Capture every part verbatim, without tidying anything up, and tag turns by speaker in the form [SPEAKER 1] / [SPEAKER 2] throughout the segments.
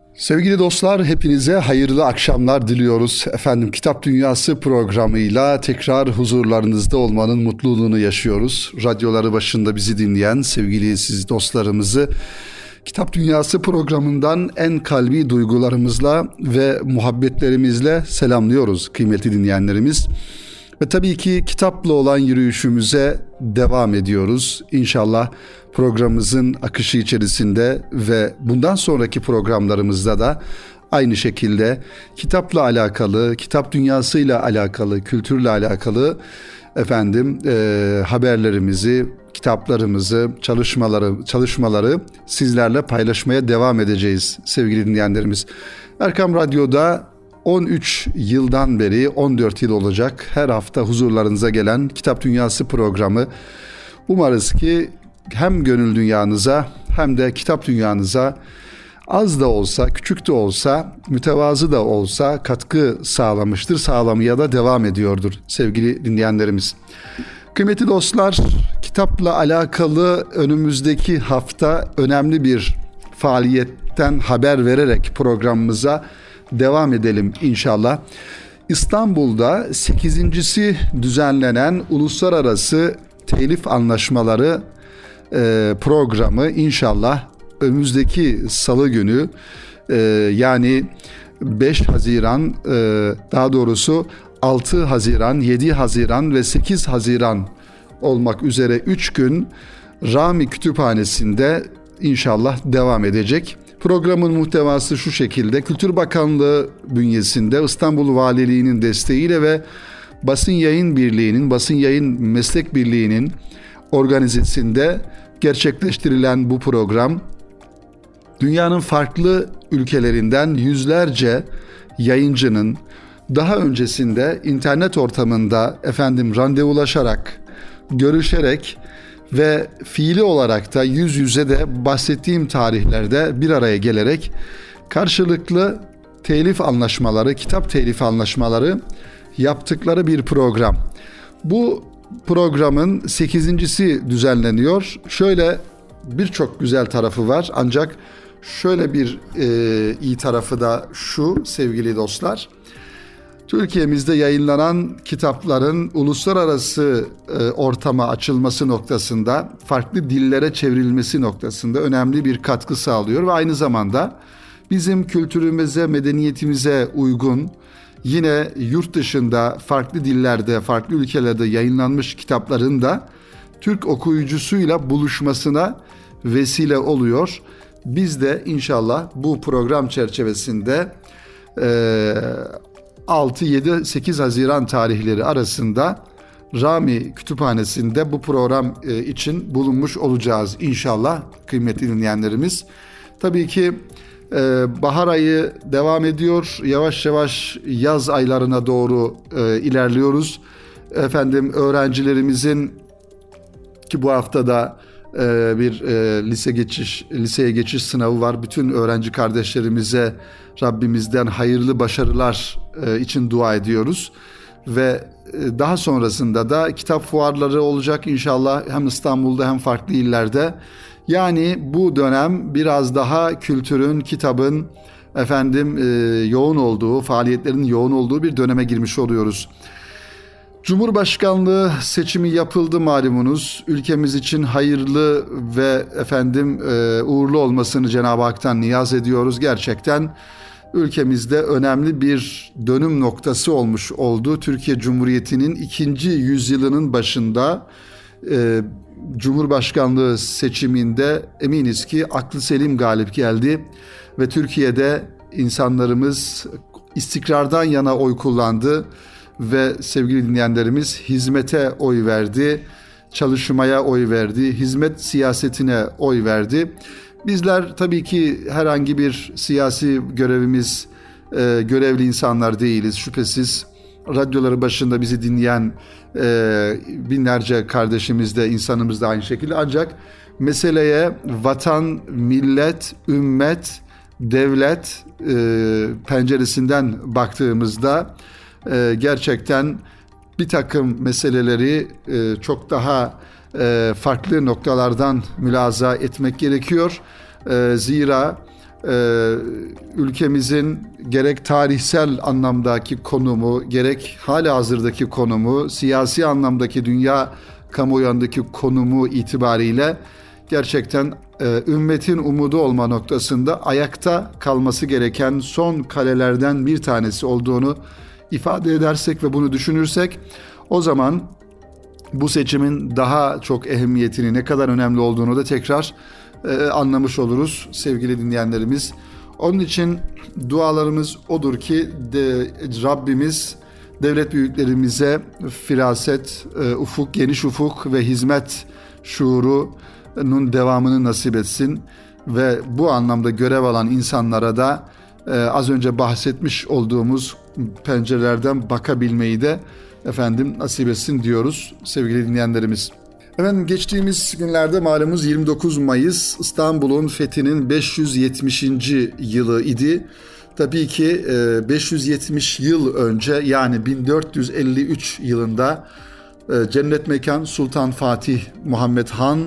[SPEAKER 1] Sevgili dostlar, hepinize hayırlı akşamlar diliyoruz. Efendim, Kitap Dünyası programıyla tekrar huzurlarınızda olmanın mutluluğunu yaşıyoruz. Radyoları başında bizi dinleyen sevgili siz dostlarımızı Kitap Dünyası programından en kalbi duygularımızla ve muhabbetlerimizle selamlıyoruz kıymetli dinleyenlerimiz. Ve tabii ki kitapla olan yürüyüşümüze devam ediyoruz. İnşallah programımızın akışı içerisinde ve bundan sonraki programlarımızda da aynı şekilde kitapla alakalı, kitap dünyasıyla alakalı, kültürle alakalı efendim e, haberlerimizi, kitaplarımızı, çalışmaları, çalışmaları sizlerle paylaşmaya devam edeceğiz sevgili dinleyenlerimiz. Erkam Radyo'da on üç yıldan beri on dört yıl olacak her hafta huzurlarınıza gelen Kitap Dünyası programı. Umarız ki hem gönül dünyanıza hem de kitap dünyanıza az da olsa, küçük de olsa, mütevazı da olsa katkı sağlamıştır, sağlamaya da devam ediyordur sevgili dinleyenlerimiz. Kıymetli dostlar, kitapla alakalı önümüzdeki hafta önemli bir faaliyetten haber vererek programımıza devam edelim inşallah. İstanbul'da sekizincisi düzenlenen Uluslararası Telif Anlaşmaları e, programı inşallah önümüzdeki salı günü e, yani beş Haziran e, daha doğrusu altı Haziran, yedi Haziran ve sekiz Haziran olmak üzere üç gün Rami Kütüphanesi'nde inşallah devam edecek. Programın muhtevası şu şekilde: Kültür Bakanlığı bünyesinde İstanbul Valiliği'nin desteğiyle ve Basın Yayın Birliği'nin, Basın Yayın Meslek Birliği'nin organizesinde gerçekleştirilen bu program, dünyanın farklı ülkelerinden yüzlerce yayıncının daha öncesinde internet ortamında efendim randevulaşarak, görüşerek ve fiili olarak da yüz yüze de bahsettiğim tarihlerde bir araya gelerek karşılıklı telif anlaşmaları, kitap telif anlaşmaları yaptıkları bir program. Bu programın sekizincisi düzenleniyor. Şöyle birçok güzel tarafı var, ancak şöyle bir e, iyi tarafı da şu sevgili dostlar. Türkiye'mizde yayınlanan kitapların uluslararası e, ortama açılması noktasında, farklı dillere çevrilmesi noktasında önemli bir katkı sağlıyor ve aynı zamanda bizim kültürümüze, medeniyetimize uygun, yine yurt dışında farklı dillerde, farklı ülkelerde yayınlanmış kitapların da Türk okuyucusuyla buluşmasına vesile oluyor. Biz de inşallah bu program çerçevesinde e, altı, yedi, sekiz Haziran tarihleri arasında Rami Kütüphanesi'nde bu program için bulunmuş olacağız inşallah kıymetli dinleyenlerimiz. Tabii ki bahar ayı devam ediyor. Yavaş yavaş yaz aylarına doğru ilerliyoruz. Efendim, öğrencilerimizin ki bu haftada bir lise geçiş liseye geçiş sınavı var. Bütün öğrenci kardeşlerimize Rabbimizden hayırlı başarılar için dua ediyoruz ve daha sonrasında da kitap fuarları olacak inşallah, hem İstanbul'da hem farklı illerde. Yani bu dönem biraz daha kültürün, kitabın efendim yoğun olduğu, faaliyetlerin yoğun olduğu bir döneme girmiş oluyoruz. Cumhurbaşkanlığı seçimi yapıldı malumunuz. Ülkemiz için hayırlı ve efendim uğurlu olmasını Cenab-ı Hak'tan niyaz ediyoruz. Gerçekten ülkemizde önemli bir dönüm noktası olmuş oldu. Türkiye Cumhuriyeti'nin ikinci yüzyılının başında e, Cumhurbaşkanlığı seçiminde eminiz ki aklı selim galip geldi ve Türkiye'de insanlarımız istikrardan yana oy kullandı ve sevgili dinleyenlerimiz hizmete oy verdi, çalışmaya oy verdi, hizmet siyasetine oy verdi. Bizler tabii ki herhangi bir siyasi görevimiz, e, görevli insanlar değiliz şüphesiz. Radyoları başında bizi dinleyen e, binlerce kardeşimiz de, insanımız da aynı şekilde. Ancak meseleye vatan, millet, ümmet, devlet e, penceresinden baktığımızda e, gerçekten bir takım meseleleri e, çok daha e, farklı noktalardan mülaza etmek gerekiyor. E, zira e, ülkemizin gerek tarihsel anlamdaki konumu, gerek halihazırdaki konumu, siyasi anlamdaki dünya kamuoyundaki konumu itibariyle gerçekten e, ümmetin umudu olma noktasında ayakta kalması gereken son kalelerden bir tanesi olduğunu ifade edersek ve bunu düşünürsek, o zaman bu seçimin daha çok ehemmiyetini, ne kadar önemli olduğunu da tekrar e, anlamış oluruz sevgili dinleyenlerimiz. Onun için dualarımız odur ki de, Rabbimiz devlet büyüklerimize firaset, e, ufuk, geniş ufuk ve hizmet şuurunun devamını nasip etsin ve bu anlamda görev alan insanlara da e, az önce bahsetmiş olduğumuz pencerelerden bakabilmeyi de efendim nasip etsin diyoruz sevgili dinleyenlerimiz. Efendim geçtiğimiz günlerde malumunuz yirmi dokuz Mayıs İstanbul'un fethinin beş yüz yetmişinci yılı idi. Tabii ki beş yüz yetmiş yıl önce, yani bin dört yüz elli üç yılında cennet mekan Sultan Fatih Muhammed Han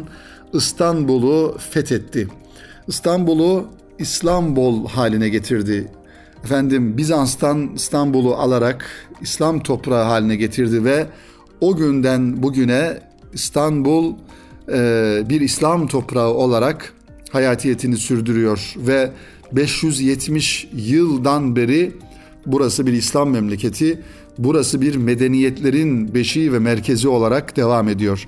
[SPEAKER 1] İstanbul'u fethetti. İstanbul'u İslambol haline getirdi. Efendim Bizans'tan İstanbul'u alarak İslam toprağı haline getirdi ve o günden bugüne İstanbul e, bir İslam toprağı olarak hayatiyetini sürdürüyor ve beş yüz yetmiş yıldan beri burası bir İslam memleketi, burası bir medeniyetlerin beşiği ve merkezi olarak devam ediyor.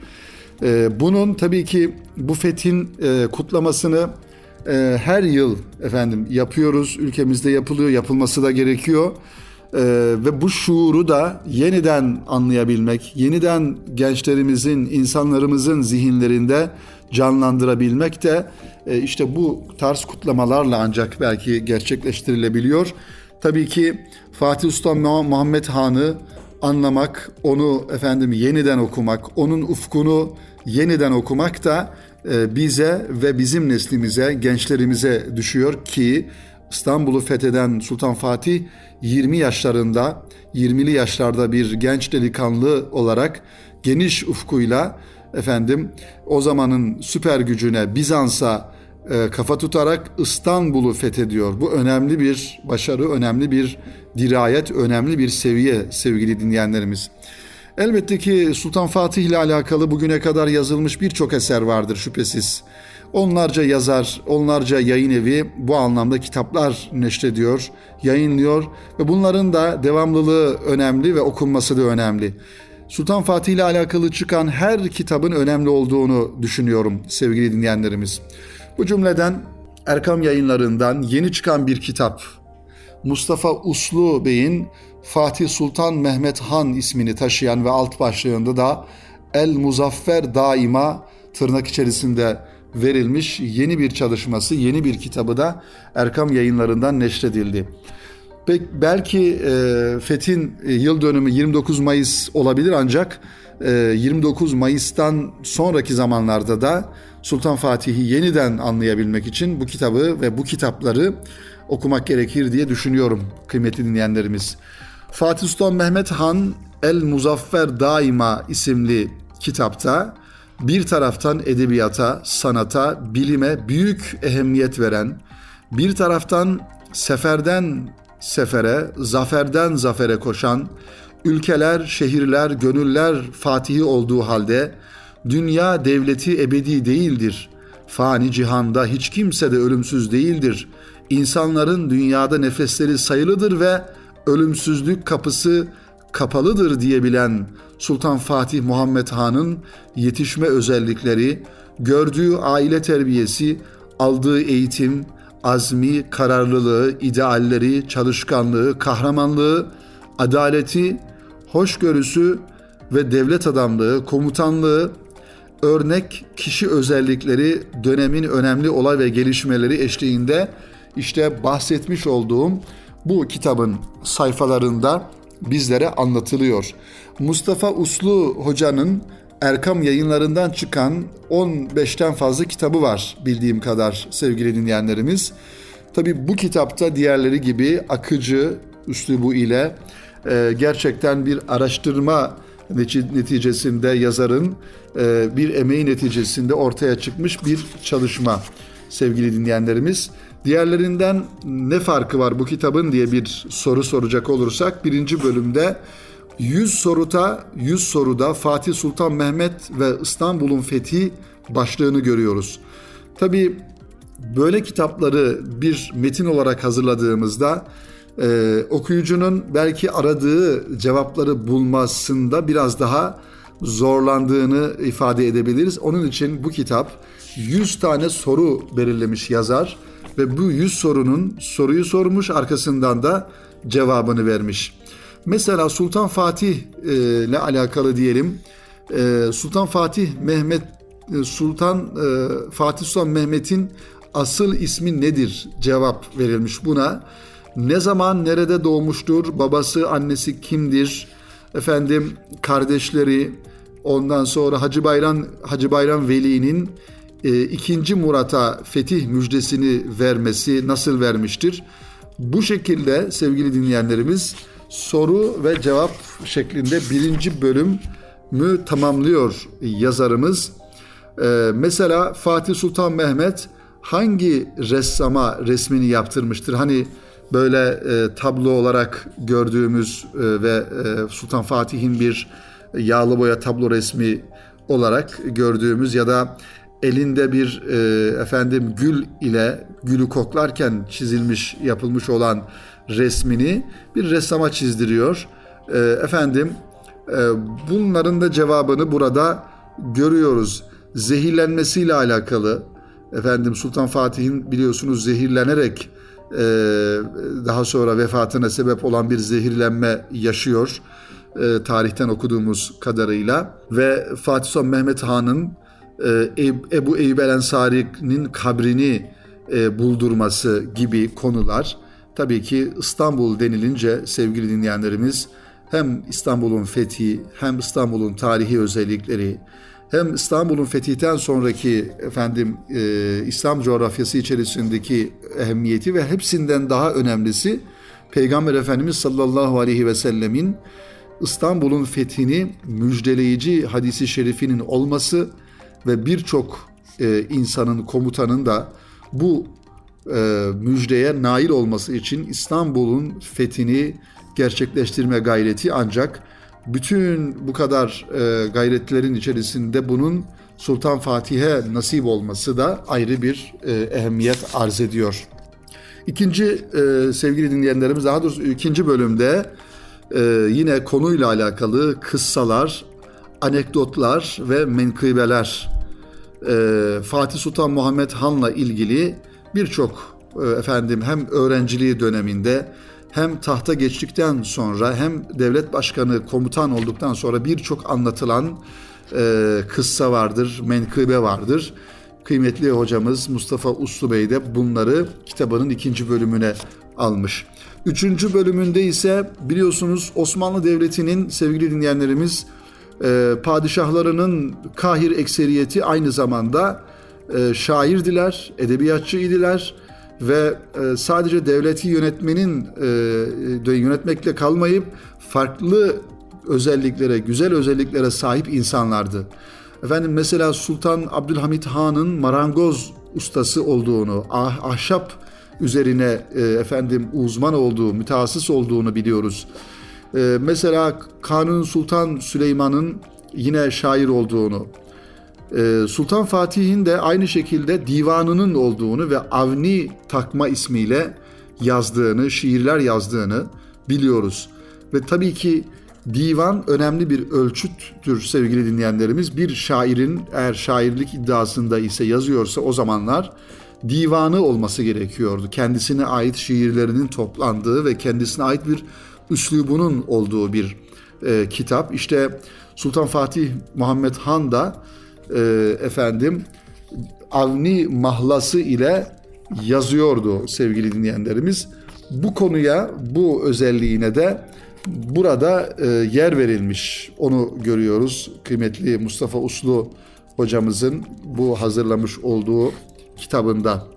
[SPEAKER 1] E, bunun tabii ki bu fethin e, kutlamasını e, her yıl efendim yapıyoruz, ülkemizde yapılıyor, yapılması da gerekiyor. Ee, ve bu şuuru da yeniden anlayabilmek, yeniden gençlerimizin, insanlarımızın zihinlerinde canlandırabilmek de e, işte bu tarz kutlamalarla ancak belki gerçekleştirilebiliyor. Tabii ki Fatih Sultan Muhammed Han'ı anlamak, onu efendim yeniden okumak, onun ufkunu yeniden okumak da e, bize ve bizim neslimize, gençlerimize düşüyor ki İstanbul'u fetheden Sultan Fatih yirmi yaşlarında, yirmili yaşlarda bir genç delikanlı olarak geniş ufkuyla efendim o zamanın süper gücüne, Bizans'a e, kafa tutarak İstanbul'u fethediyor. Bu önemli bir başarı, önemli bir dirayet, önemli bir seviye sevgili dinleyenlerimiz. Elbette ki Sultan Fatih ile alakalı bugüne kadar yazılmış birçok eser vardır şüphesiz. Onlarca yazar, onlarca yayın evi bu anlamda kitaplar neşrediyor, yayınlıyor ve bunların da devamlılığı önemli ve okunması da önemli. Sultan Fatih ile alakalı çıkan her kitabın önemli olduğunu düşünüyorum sevgili dinleyenlerimiz. Bu cümleden Erkam Yayınları'ndan yeni çıkan bir kitap, Mustafa Uslu Bey'in Fatih Sultan Mehmet Han ismini taşıyan ve alt başlığında da El Muzaffer Daima tırnak içerisinde verilmiş yeni bir çalışması, yeni bir kitabı da Erkam Yayınları'ndan neşredildi. Peki, belki e, Fethin e, yıl dönümü yirmi dokuz Mayıs olabilir ancak e, yirmi dokuz Mayıs'tan sonraki zamanlarda da Sultan Fatih'i yeniden anlayabilmek için bu kitabı ve bu kitapları okumak gerekir diye düşünüyorum kıymetli dinleyenlerimiz. Fatih Sultan Mehmet Han El Muzaffer Daima isimli kitapta bir taraftan edebiyata, sanata, bilime büyük ehemmiyet veren, bir taraftan seferden sefere, zaferden zafere koşan, ülkeler, şehirler, gönüller fatihi olduğu halde dünya devleti ebedi değildir. Fani cihanda hiç kimse de ölümsüz değildir. İnsanların dünyada nefesleri sayılıdır ve ölümsüzlük kapısı kapalıdır diyebilen Sultan Fatih Muhammed Han'ın yetişme özellikleri, gördüğü aile terbiyesi, aldığı eğitim, azmi, kararlılığı, idealleri, çalışkanlığı, kahramanlığı, adaleti, hoşgörüsü ve devlet adamlığı, komutanlığı, örnek kişi özellikleri dönemin önemli olay ve gelişmeleri eşliğinde işte bahsetmiş olduğum bu kitabın sayfalarında bizlere anlatılıyor. Mustafa Uslu Hoca'nın Erkam Yayınları'ndan çıkan on beşten fazla kitabı var bildiğim kadar sevgili dinleyenlerimiz. Tabii bu kitapta diğerleri gibi akıcı üslubu ile e, gerçekten bir araştırma neticesinde yazarın e, bir emeği neticesinde ortaya çıkmış bir çalışma sevgili dinleyenlerimiz. Diğerlerinden ne farkı var bu kitabın diye bir soru soracak olursak, birinci bölümde yüz soruda, yüz soruda Fatih Sultan Mehmet ve İstanbul'un fethi başlığını görüyoruz. Tabii böyle kitapları bir metin olarak hazırladığımızda e, okuyucunun belki aradığı cevapları bulmasında biraz daha zorlandığını ifade edebiliriz. Onun için bu kitap yüz tane soru belirlemiş yazar ve bu yüz sorunun soruyu sormuş, arkasından da cevabını vermiş. Mesela Sultan Fatih e, ile alakalı diyelim. E, Sultan Fatih Mehmet e, Sultan e, Fatih Sultan Mehmet'in asıl ismi nedir? Cevap verilmiş buna. Ne zaman, nerede doğmuştur? Babası, annesi kimdir? Efendim, kardeşleri, ondan sonra Hacı Bayram Hacı Bayram Veli'nin e, ikinci Murat'a fetih müjdesini vermesi nasıl vermiştir? Bu şekilde sevgili dinleyenlerimiz soru ve cevap şeklinde birinci bölümü tamamlıyor yazarımız. Ee, mesela Fatih Sultan Mehmet hangi ressama resmini yaptırmıştır? Hani böyle e, tablo olarak gördüğümüz e, ve e, Sultan Fatih'in bir yağlı boya tablo resmi olarak gördüğümüz ya da elinde bir e, efendim gül ile gülü koklarken çizilmiş, yapılmış olan resmini bir ressama çizdiriyor. E, efendim e, bunların da cevabını burada görüyoruz. Zehirlenmesiyle alakalı, efendim Sultan Fatih'in biliyorsunuz zehirlenerek e, daha sonra vefatına sebep olan bir zehirlenme yaşıyor. E, tarihten okuduğumuz kadarıyla ve Fatih Sultan Mehmet Han'ın e, Ebu Eyyub el Ensari'nin kabrini e, buldurması gibi konular. Tabii ki İstanbul denilince sevgili dinleyenlerimiz hem İstanbul'un fethi, hem İstanbul'un tarihi özellikleri, hem İstanbul'un fetihten sonraki efendim e, İslam coğrafyası içerisindeki ehemmiyeti ve hepsinden daha önemlisi Peygamber Efendimiz sallallahu aleyhi ve sellemin İstanbul'un fethini müjdeleyici hadisi şerifinin olması ve birçok e, insanın, komutanın da bu e, müjdeye nail olması için İstanbul'un fethini gerçekleştirme gayreti, ancak bütün bu kadar e, gayretlerin içerisinde bunun Sultan Fatih'e nasip olması da ayrı bir e, ehemmiyet arz ediyor. İkinci e, sevgili dinleyenlerimiz, daha doğrusu ikinci bölümde e, yine konuyla alakalı kıssalar, anekdotlar ve menkıbeler, e, Fatih Sultan Muhammed Han'la ilgili birçok e, efendim hem öğrenciliği döneminde hem tahta geçtikten sonra hem devlet başkanı, komutan olduktan sonra birçok anlatılan e, kıssa vardır, menkıbe vardır. Kıymetli hocamız Mustafa Uslu Bey de bunları kitabının ikinci bölümüne almış. Üçüncü bölümünde ise biliyorsunuz Osmanlı Devleti'nin sevgili dinleyenlerimiz e, padişahlarının kahir ekseriyeti aynı zamanda e, şairdiler, edebiyatçı idiler. Ve sadece devleti yönetmenin e, yönetmekle kalmayıp farklı özelliklere, güzel özelliklere sahip insanlardı. Efendim mesela Sultan Abdülhamit Han'ın marangoz ustası olduğunu, ah, ahşap üzerine e, efendim uzman olduğu, mütehassıs olduğunu biliyoruz. E, mesela Kanuni Sultan Süleyman'ın yine şair olduğunu, Sultan Fatih'in de aynı şekilde divanının olduğunu ve Avni Takma ismiyle yazdığını, şiirler yazdığını biliyoruz. Ve tabii ki divan önemli bir ölçüttür sevgili dinleyenlerimiz. Bir şairin eğer şairlik iddiasında ise yazıyorsa o zamanlar divanı olması gerekiyordu. Kendisine ait şiirlerinin toplandığı ve kendisine ait bir üslubunun olduğu bir e, kitap. İşte Sultan Fatih Muhammed Han da e, efendim Avni mahlası ile yazıyordu sevgili dinleyenlerimiz. Bu konuya, bu özelliğine de burada e, yer verilmiş. Onu görüyoruz. Kıymetli Mustafa Uslu hocamızın bu hazırlamış olduğu kitabında.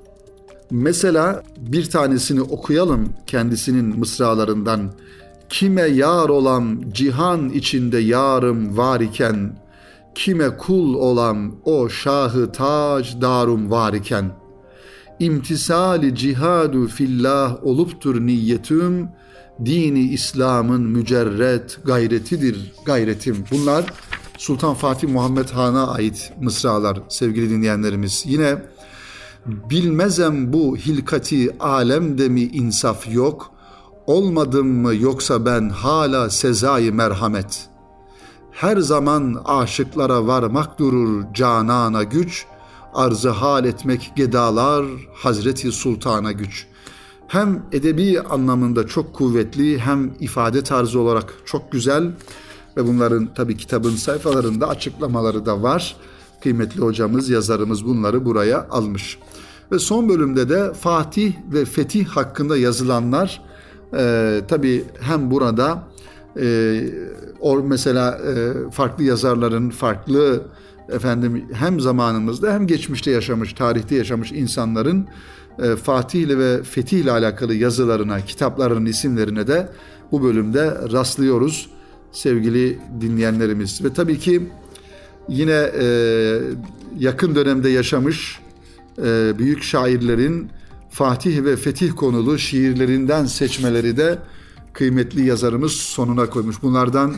[SPEAKER 1] Mesela bir tanesini okuyalım kendisinin mısralarından. Kime yar olam cihan içinde yarım var iken, kime kul olam o şahı tac darum var iken. İmtisali cihadu fillah oluptur niyetüm, dini İslam'ın mücerret gayretidir gayretim. Bunlar Sultan Fatih Muhammed Han'a ait mısralar sevgili dinleyenlerimiz. Yine bilmezem bu hilkati alemde mi insaf yok, olmadım mı yoksa ben hala sezai merhamet. Her zaman aşıklara varmak durur canana güç, arzı hal etmek gedalar Hazreti Sultan'a güç. Hem edebi anlamında çok kuvvetli, hem ifade tarzı olarak çok güzel ve bunların tabii kitabın sayfalarında açıklamaları da var. Kıymetli hocamız, yazarımız bunları buraya almış. Ve son bölümde de Fatih ve Fetih hakkında yazılanlar e, tabii hem burada e, or mesela e, farklı yazarların farklı efendim hem zamanımızda hem geçmişte yaşamış, tarihte yaşamış insanların e, Fatih ile ve Fetih ile alakalı yazılarına, kitaplarının isimlerine de bu bölümde rastlıyoruz sevgili dinleyenlerimiz. Ve tabii ki yine e, yakın dönemde yaşamış e, büyük şairlerin Fatih ve Fetih konulu şiirlerinden seçmeleri de kıymetli yazarımız sonuna koymuş. Bunlardan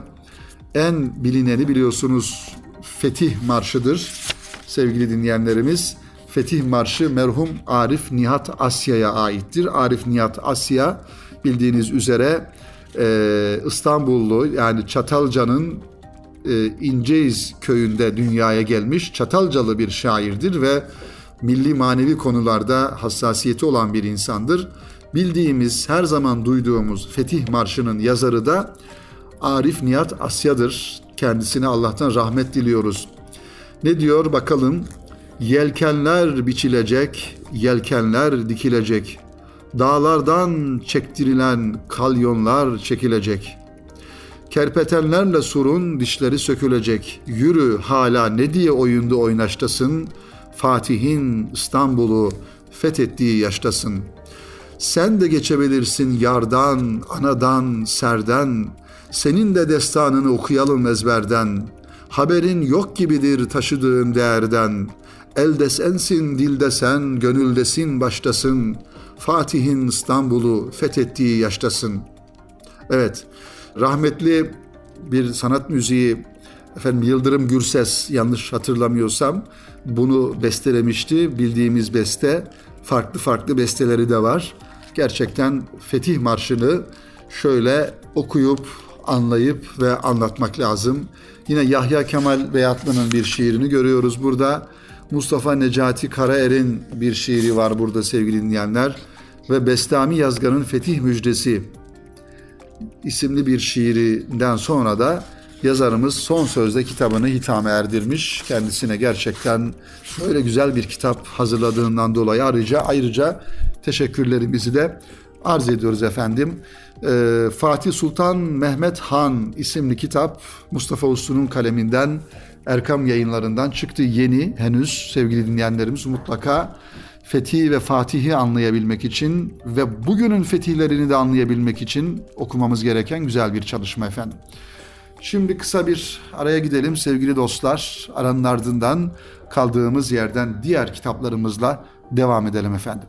[SPEAKER 1] en bilineni biliyorsunuz Fetih Marşı'dır sevgili dinleyenlerimiz. Fetih Marşı merhum Arif Nihat Asya'ya aittir. Arif Nihat Asya bildiğiniz üzere e, İstanbullu, yani Çatalca'nın e, İnceyiz köyünde dünyaya gelmiş Çatalcalı bir şairdir ve milli manevi konularda hassasiyeti olan bir insandır. Bildiğimiz, her zaman duyduğumuz Fetih Marşı'nın yazarı da Arif Nihat Asya'dır. Kendisine Allah'tan rahmet diliyoruz. Ne diyor bakalım? Yelkenler biçilecek, yelkenler dikilecek. Dağlardan çektirilen kalyonlar çekilecek. Kerpetenlerle surun dişleri sökülecek. Yürü hala ne diye oyunda oynaştasın? Fatih'in İstanbul'u fethettiği yaştasın. Sen de geçebilirsin yardan, anadan, serden. Senin de destanını okuyalım ezberden. Haberin yok gibidir taşıdığın değerden. Elde sensin, dilde sen, gönüldesin, baştasın. Fatih'in İstanbul'u fethettiği yaştasın. Evet, rahmetli bir sanat müziği efendim Yıldırım Gürses, yanlış hatırlamıyorsam bunu bestelemişti. Bildiğimiz beste, farklı farklı besteleri de var. Gerçekten Fetih Marşı'nı şöyle okuyup, anlayıp ve anlatmak lazım. Yine Yahya Kemal Beyatlı'nın bir şiirini görüyoruz burada. Mustafa Necati Karaer'in bir şiiri var burada sevgili dinleyenler. Ve Bestami Yazgan'ın Fetih Müjdesi isimli bir şiirinden sonra da yazarımız son sözde kitabını hitame erdirmiş. Kendisine gerçekten böyle güzel bir kitap hazırladığından dolayı ayrıca ayrıca teşekkürlerimizi de arz ediyoruz efendim. Ee, Fatih Sultan Mehmet Han isimli kitap Mustafa Uslu'nun kaleminden Erkam Yayınlarından çıktı. Yeni henüz sevgili dinleyenlerimiz mutlaka Fetih ve Fatih'i anlayabilmek için ve bugünün fetihlerini de anlayabilmek için okumamız gereken güzel bir çalışma efendim. Şimdi kısa bir araya gidelim sevgili dostlar. Aranın ardından kaldığımız yerden diğer kitaplarımızla devam edelim efendim.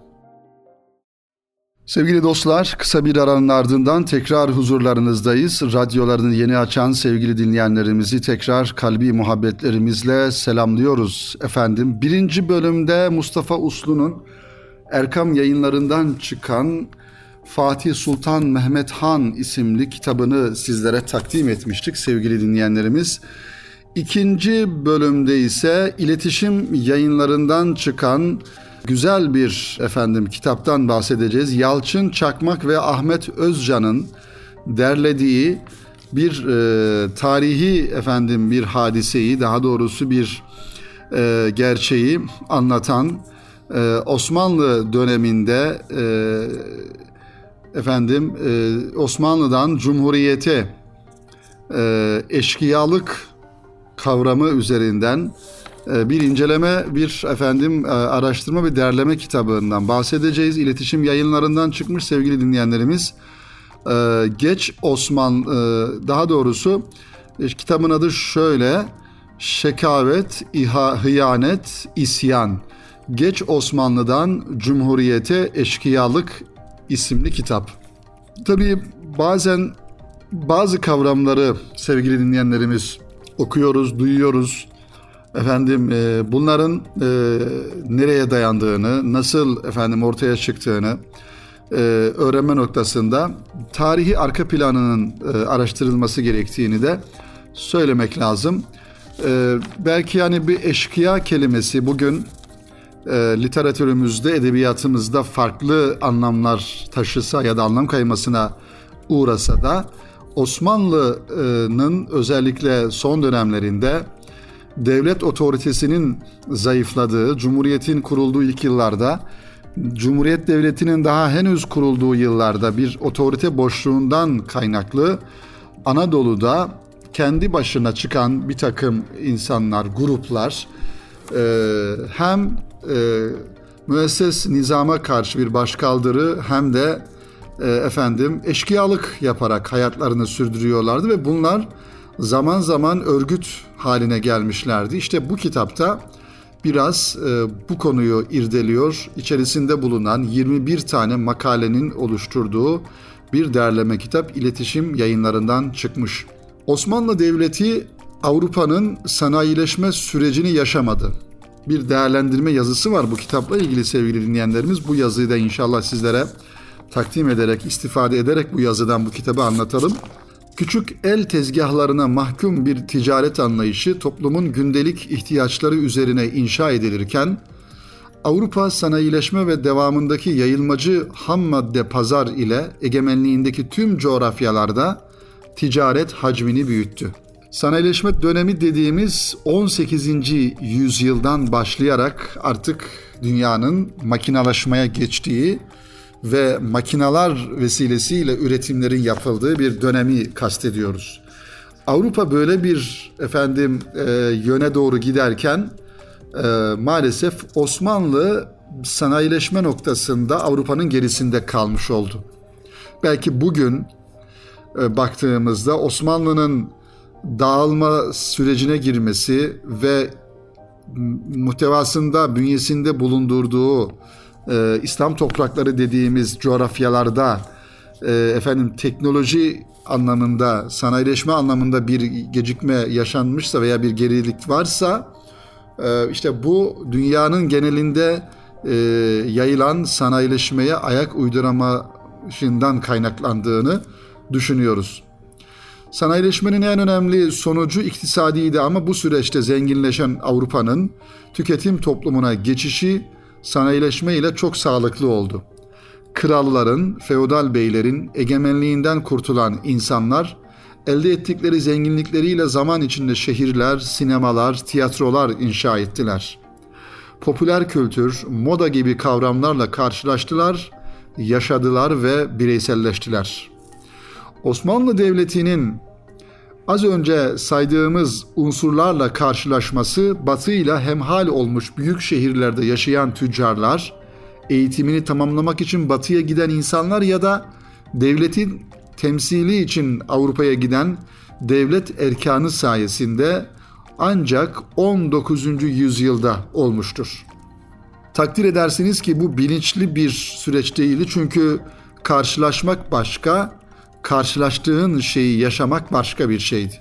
[SPEAKER 1] Sevgili dostlar, kısa bir aranın ardından tekrar huzurlarınızdayız. Radyolarını yeni açan sevgili dinleyenlerimizi tekrar kalbi muhabbetlerimizle selamlıyoruz efendim. Birinci bölümde Mustafa Uslu'nun Erkam Yayınlarından çıkan Fatih Sultan Mehmet Han isimli kitabını sizlere takdim etmiştik sevgili dinleyenlerimiz. İkinci bölümde ise İletişim Yayınlarından çıkan güzel bir efendim kitaptan bahsedeceğiz. Yalçın Çakmak ve Ahmet Özcan'ın derlediği bir e, tarihi efendim bir hadiseyi, daha doğrusu bir e, gerçeği anlatan e, Osmanlı döneminde e, efendim e, Osmanlı'dan Cumhuriyete e, eşkıyalık kavramı üzerinden bir inceleme, bir efendim araştırma ve derleme kitabından bahsedeceğiz. İletişim Yayınlarından çıkmış sevgili dinleyenlerimiz. Geç Osman, daha doğrusu kitabın adı şöyle: Şekavet, İha, Hıyanet, İsyan. Geç Osmanlı'dan Cumhuriyete Eşkıyalık isimli kitap. Tabii bazen bazı kavramları sevgili dinleyenlerimiz okuyoruz, duyuyoruz. Efendim e, bunların e, nereye dayandığını, nasıl efendim ortaya çıktığını e, öğrenme noktasında tarihi arka planının e, araştırılması gerektiğini de söylemek lazım. E, belki yani bir eşkıya kelimesi bugün e, literatürümüzde, edebiyatımızda farklı anlamlar taşısa ya da anlam kaymasına uğrasa da Osmanlı'nın özellikle son dönemlerinde devlet otoritesinin zayıfladığı, Cumhuriyet'in kurulduğu ilk yıllarda, Cumhuriyet Devleti'nin daha henüz kurulduğu yıllarda bir otorite boşluğundan kaynaklı Anadolu'da kendi başına çıkan bir takım insanlar, gruplar hem müesses nizama karşı bir başkaldırı hem de efendim eşkıyalık yaparak hayatlarını sürdürüyorlardı ve bunlar zaman zaman örgüt haline gelmişlerdi. İşte bu kitapta biraz e, bu konuyu irdeliyor. İçerisinde bulunan yirmi bir tane makalenin oluşturduğu bir derleme kitap iletişim yayınlarından çıkmış. Osmanlı Devleti Avrupa'nın sanayileşme sürecini yaşamadı. Bir değerlendirme yazısı var bu kitapla ilgili sevgili dinleyenlerimiz. Bu yazıyı da inşallah sizlere takdim ederek, istifade ederek bu yazıdan bu kitabı anlatalım. Küçük el tezgahlarına mahkum bir ticaret anlayışı toplumun gündelik ihtiyaçları üzerine inşa edilirken, Avrupa sanayileşme ve devamındaki yayılmacı ham madde pazar ile egemenliğindeki tüm coğrafyalarda ticaret hacmini büyüttü. Sanayileşme dönemi dediğimiz on sekizinci yüzyıldan başlayarak artık dünyanın makinalaşmaya geçtiği ve makinalar vesilesiyle üretimlerin yapıldığı bir dönemi kastediyoruz. Avrupa böyle bir efendim e, yöne doğru giderken e, maalesef Osmanlı sanayileşme noktasında Avrupa'nın gerisinde kalmış oldu. Belki bugün e, baktığımızda Osmanlı'nın dağılma sürecine girmesi ve muhtevasında, bünyesinde bulundurduğu Ee, İslam toprakları dediğimiz coğrafyalarda e, efendim teknoloji anlamında, sanayileşme anlamında bir gecikme yaşanmışsa veya bir gerilik varsa e, işte bu dünyanın genelinde e, yayılan sanayileşmeye ayak uyduramasından kaynaklandığını düşünüyoruz. Sanayileşmenin en önemli sonucu iktisadiydi ama bu süreçte zenginleşen Avrupa'nın tüketim toplumuna geçişi sanayileşme ile çok sağlıklı oldu. Kralların, feodal beylerin egemenliğinden kurtulan insanlar, elde ettikleri zenginlikleriyle zaman içinde şehirler, sinemalar, tiyatrolar inşa ettiler. Popüler kültür, moda gibi kavramlarla karşılaştılar, yaşadılar ve bireyselleştiler. Osmanlı Devleti'nin az önce saydığımız unsurlarla karşılaşması, batıyla hemhal olmuş büyük şehirlerde yaşayan tüccarlar, eğitimini tamamlamak için batıya giden insanlar ya da devletin temsili için Avrupa'ya giden devlet erkanı sayesinde ancak on dokuzuncu yüzyılda olmuştur. Takdir edersiniz ki bu bilinçli bir süreç değildi çünkü karşılaşmak başka, karşılaştığın şeyi yaşamak başka bir şeydi.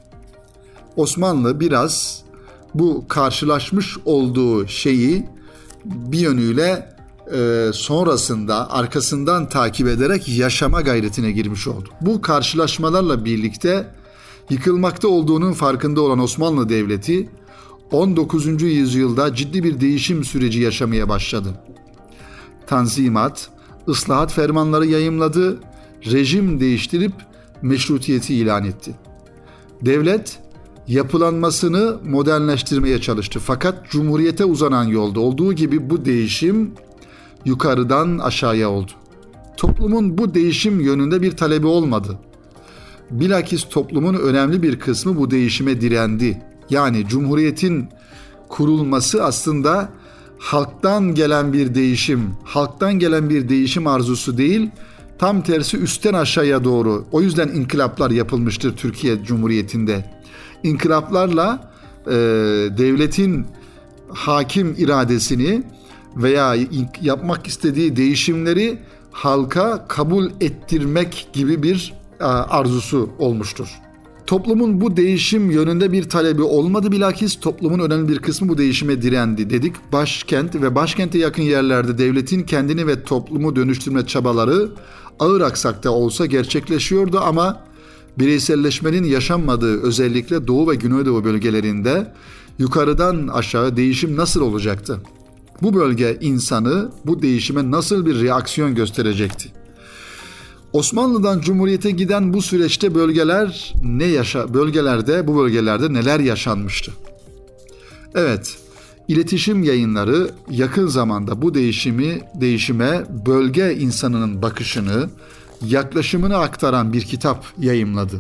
[SPEAKER 1] Osmanlı biraz bu karşılaşmış olduğu şeyi bir yönüyle e, sonrasında arkasından takip ederek yaşama gayretine girmiş oldu. Bu karşılaşmalarla birlikte yıkılmakta olduğunun farkında olan Osmanlı Devleti on dokuzuncu yüzyılda ciddi bir değişim süreci yaşamaya başladı. Tanzimat, ıslahat fermanları yayımladı, rejim değiştirip meşrutiyeti ilan etti. Devlet yapılanmasını modernleştirmeye çalıştı. Fakat Cumhuriyete uzanan yolda olduğu gibi bu değişim yukarıdan aşağıya oldu. Toplumun bu değişim yönünde bir talebi olmadı. Bilakis toplumun önemli bir kısmı bu değişime direndi. Yani Cumhuriyet'in kurulması aslında halktan gelen bir değişim, halktan gelen bir değişim arzusu değil, tam tersi üstten aşağıya doğru. O yüzden inkılaplar yapılmıştır Türkiye Cumhuriyeti'nde. İnkılaplarla e, devletin hakim iradesini veya yapmak istediği değişimleri halka kabul ettirmek gibi bir arzusu olmuştur. Toplumun bu değişim yönünde bir talebi olmadı, bilakis toplumun önemli bir kısmı bu değişime direndi dedik. Başkent ve başkente yakın yerlerde devletin kendini ve toplumu dönüştürme çabaları ağır aksakta olsa gerçekleşiyordu ama bireyselleşmenin yaşanmadığı özellikle Doğu ve Güneydoğu bölgelerinde yukarıdan aşağı değişim nasıl olacaktı? Bu bölge insanı bu değişime nasıl bir reaksiyon gösterecekti? Osmanlı'dan Cumhuriyet'e giden bu süreçte bölgeler ne yaşa bölgelerde bu bölgelerde neler yaşanmıştı? Evet, iletişim yayınları yakın zamanda bu değişimi değişime bölge insanının bakışını, yaklaşımını aktaran bir kitap yayımladı.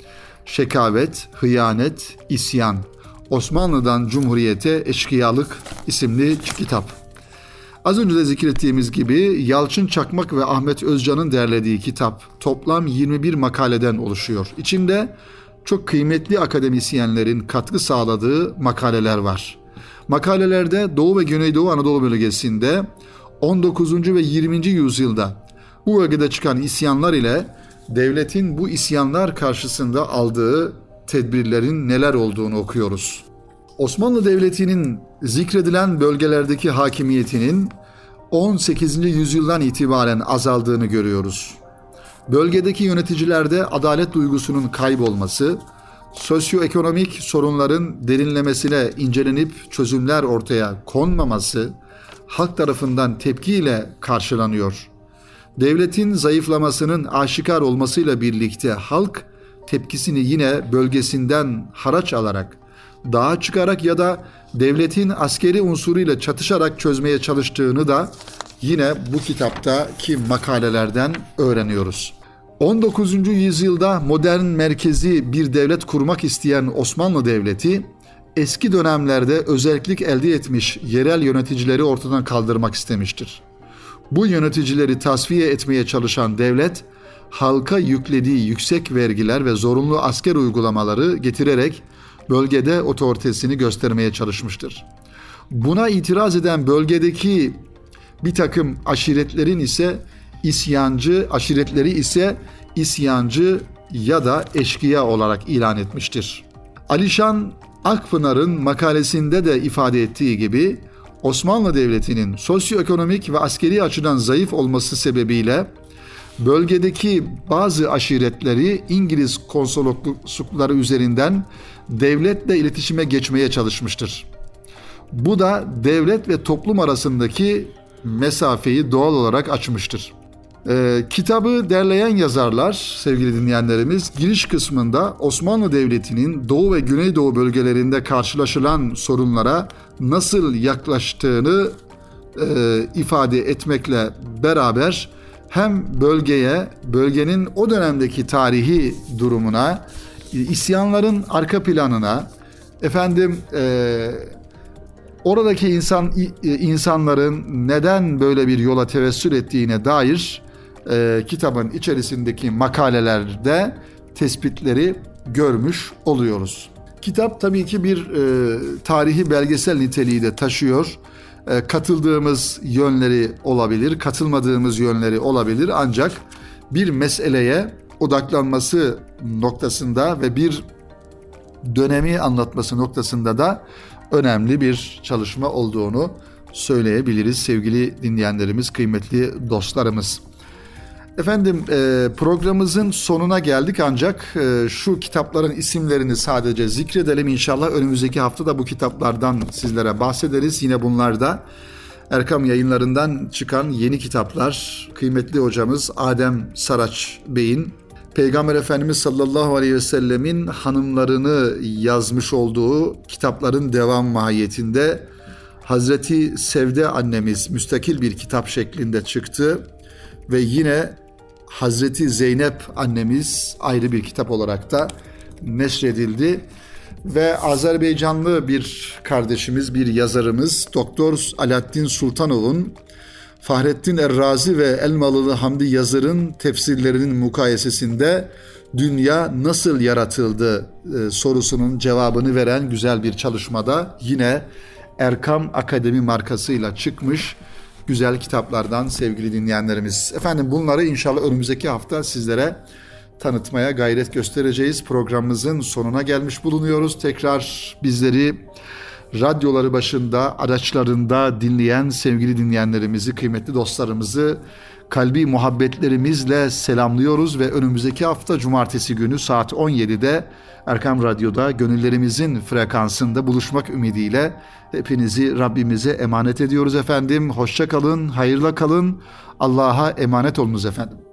[SPEAKER 1] Şekavet, Hıyanet, İsyan. Osmanlı'dan Cumhuriyet'e Eşkıyalık isimli kitap. Az önce de zikrettiğimiz gibi Yalçın Çakmak ve Ahmet Özcan'ın derlediği kitap toplam yirmi bir makaleden oluşuyor. İçinde çok kıymetli akademisyenlerin katkı sağladığı makaleler var. Makalelerde Doğu ve Güneydoğu Anadolu bölgesinde on dokuzuncu ve yirminci yüzyılda bu bölgede çıkan isyanlar ile devletin bu isyanlar karşısında aldığı tedbirlerin neler olduğunu okuyoruz. Osmanlı Devleti'nin zikredilen bölgelerdeki hakimiyetinin on sekizinci yüzyıldan itibaren azaldığını görüyoruz. Bölgedeki yöneticilerde adalet duygusunun kaybolması, sosyoekonomik sorunların derinlemesine incelenip çözümler ortaya konmaması halk tarafından tepkiyle karşılanıyor. Devletin zayıflamasının aşikar olmasıyla birlikte halk tepkisini yine bölgesinden haraç alarak, dağa çıkarak ya da devletin askeri unsuruyla çatışarak çözmeye çalıştığını da yine bu kitaptaki makalelerden öğreniyoruz. on dokuzuncu yüzyılda modern merkezi bir devlet kurmak isteyen Osmanlı Devleti, eski dönemlerde özellik elde etmiş yerel yöneticileri ortadan kaldırmak istemiştir. Bu yöneticileri tasfiye etmeye çalışan devlet, halka yüklediği yüksek vergiler ve zorunlu asker uygulamaları getirerek bölgede otoritesini göstermeye çalışmıştır. Buna itiraz eden bölgedeki bir takım aşiretlerin ise isyancı, aşiretleri ise isyancı ya da eşkıya olarak ilan etmiştir. Alişan Akpınar'ın makalesinde de ifade ettiği gibi Osmanlı Devleti'nin sosyoekonomik ve askeri açıdan zayıf olması sebebiyle bölgedeki bazı aşiretleri İngiliz konsoloslukları üzerinden devletle iletişime geçmeye çalışmıştır. Bu da devlet ve toplum arasındaki mesafeyi doğal olarak açmıştır. Ee, kitabı derleyen yazarlar, sevgili dinleyenlerimiz, giriş kısmında Osmanlı Devleti'nin Doğu ve Güneydoğu bölgelerinde karşılaşılan sorunlara nasıl yaklaştığını e, ifade etmekle beraber hem bölgeye, bölgenin o dönemdeki tarihi durumuna, isyanların arka planına, efendim e, oradaki insan insanların neden böyle bir yola tevessül ettiğine dair e, kitabın içerisindeki makalelerde tespitleri görmüş oluyoruz. Kitap tabii ki bir e, tarihi belgesel niteliği de taşıyor. E, katıldığımız yönleri olabilir, katılmadığımız yönleri olabilir, ancak bir meseleye odaklanması noktasında ve bir dönemi anlatması noktasında da önemli bir çalışma olduğunu söyleyebiliriz sevgili dinleyenlerimiz, kıymetli dostlarımız. Efendim programımızın sonuna geldik, ancak şu kitapların isimlerini sadece zikredelim. İnşallah önümüzdeki hafta da bu kitaplardan sizlere bahsederiz. Yine bunlar da Erkam Yayınları'ndan çıkan yeni kitaplar. Kıymetli hocamız Adem Saraç Bey'in Peygamber Efendimiz sallallahu aleyhi ve sellemin hanımlarını yazmış olduğu kitapların devam mahiyetinde Hazreti Sevde annemiz müstakil bir kitap şeklinde çıktı ve yine Hazreti Zeynep annemiz ayrı bir kitap olarak da neşredildi. Ve Azerbaycanlı bir kardeşimiz, bir yazarımız Doktor Alaaddin Sultanov'un Fahrettin Errazi ve Elmalılı Hamdi Yazır'ın tefsirlerinin mukayesesinde dünya nasıl yaratıldı e, sorusunun cevabını veren güzel bir çalışmada yine Erkam Akademi markasıyla çıkmış güzel kitaplardan sevgili dinleyenlerimiz. Efendim bunları inşallah önümüzdeki hafta sizlere tanıtmaya gayret göstereceğiz. Programımızın sonuna gelmiş bulunuyoruz. Tekrar bizleri radyoları başında, araçlarında dinleyen sevgili dinleyenlerimizi, kıymetli dostlarımızı kalbi muhabbetlerimizle selamlıyoruz ve önümüzdeki hafta cumartesi günü saat on yedide Erkam Radyo'da gönüllerimizin frekansında buluşmak ümidiyle hepinizi Rabbimize emanet ediyoruz efendim. Hoşça kalın, hayırla kalın, Allah'a emanet olunuz efendim.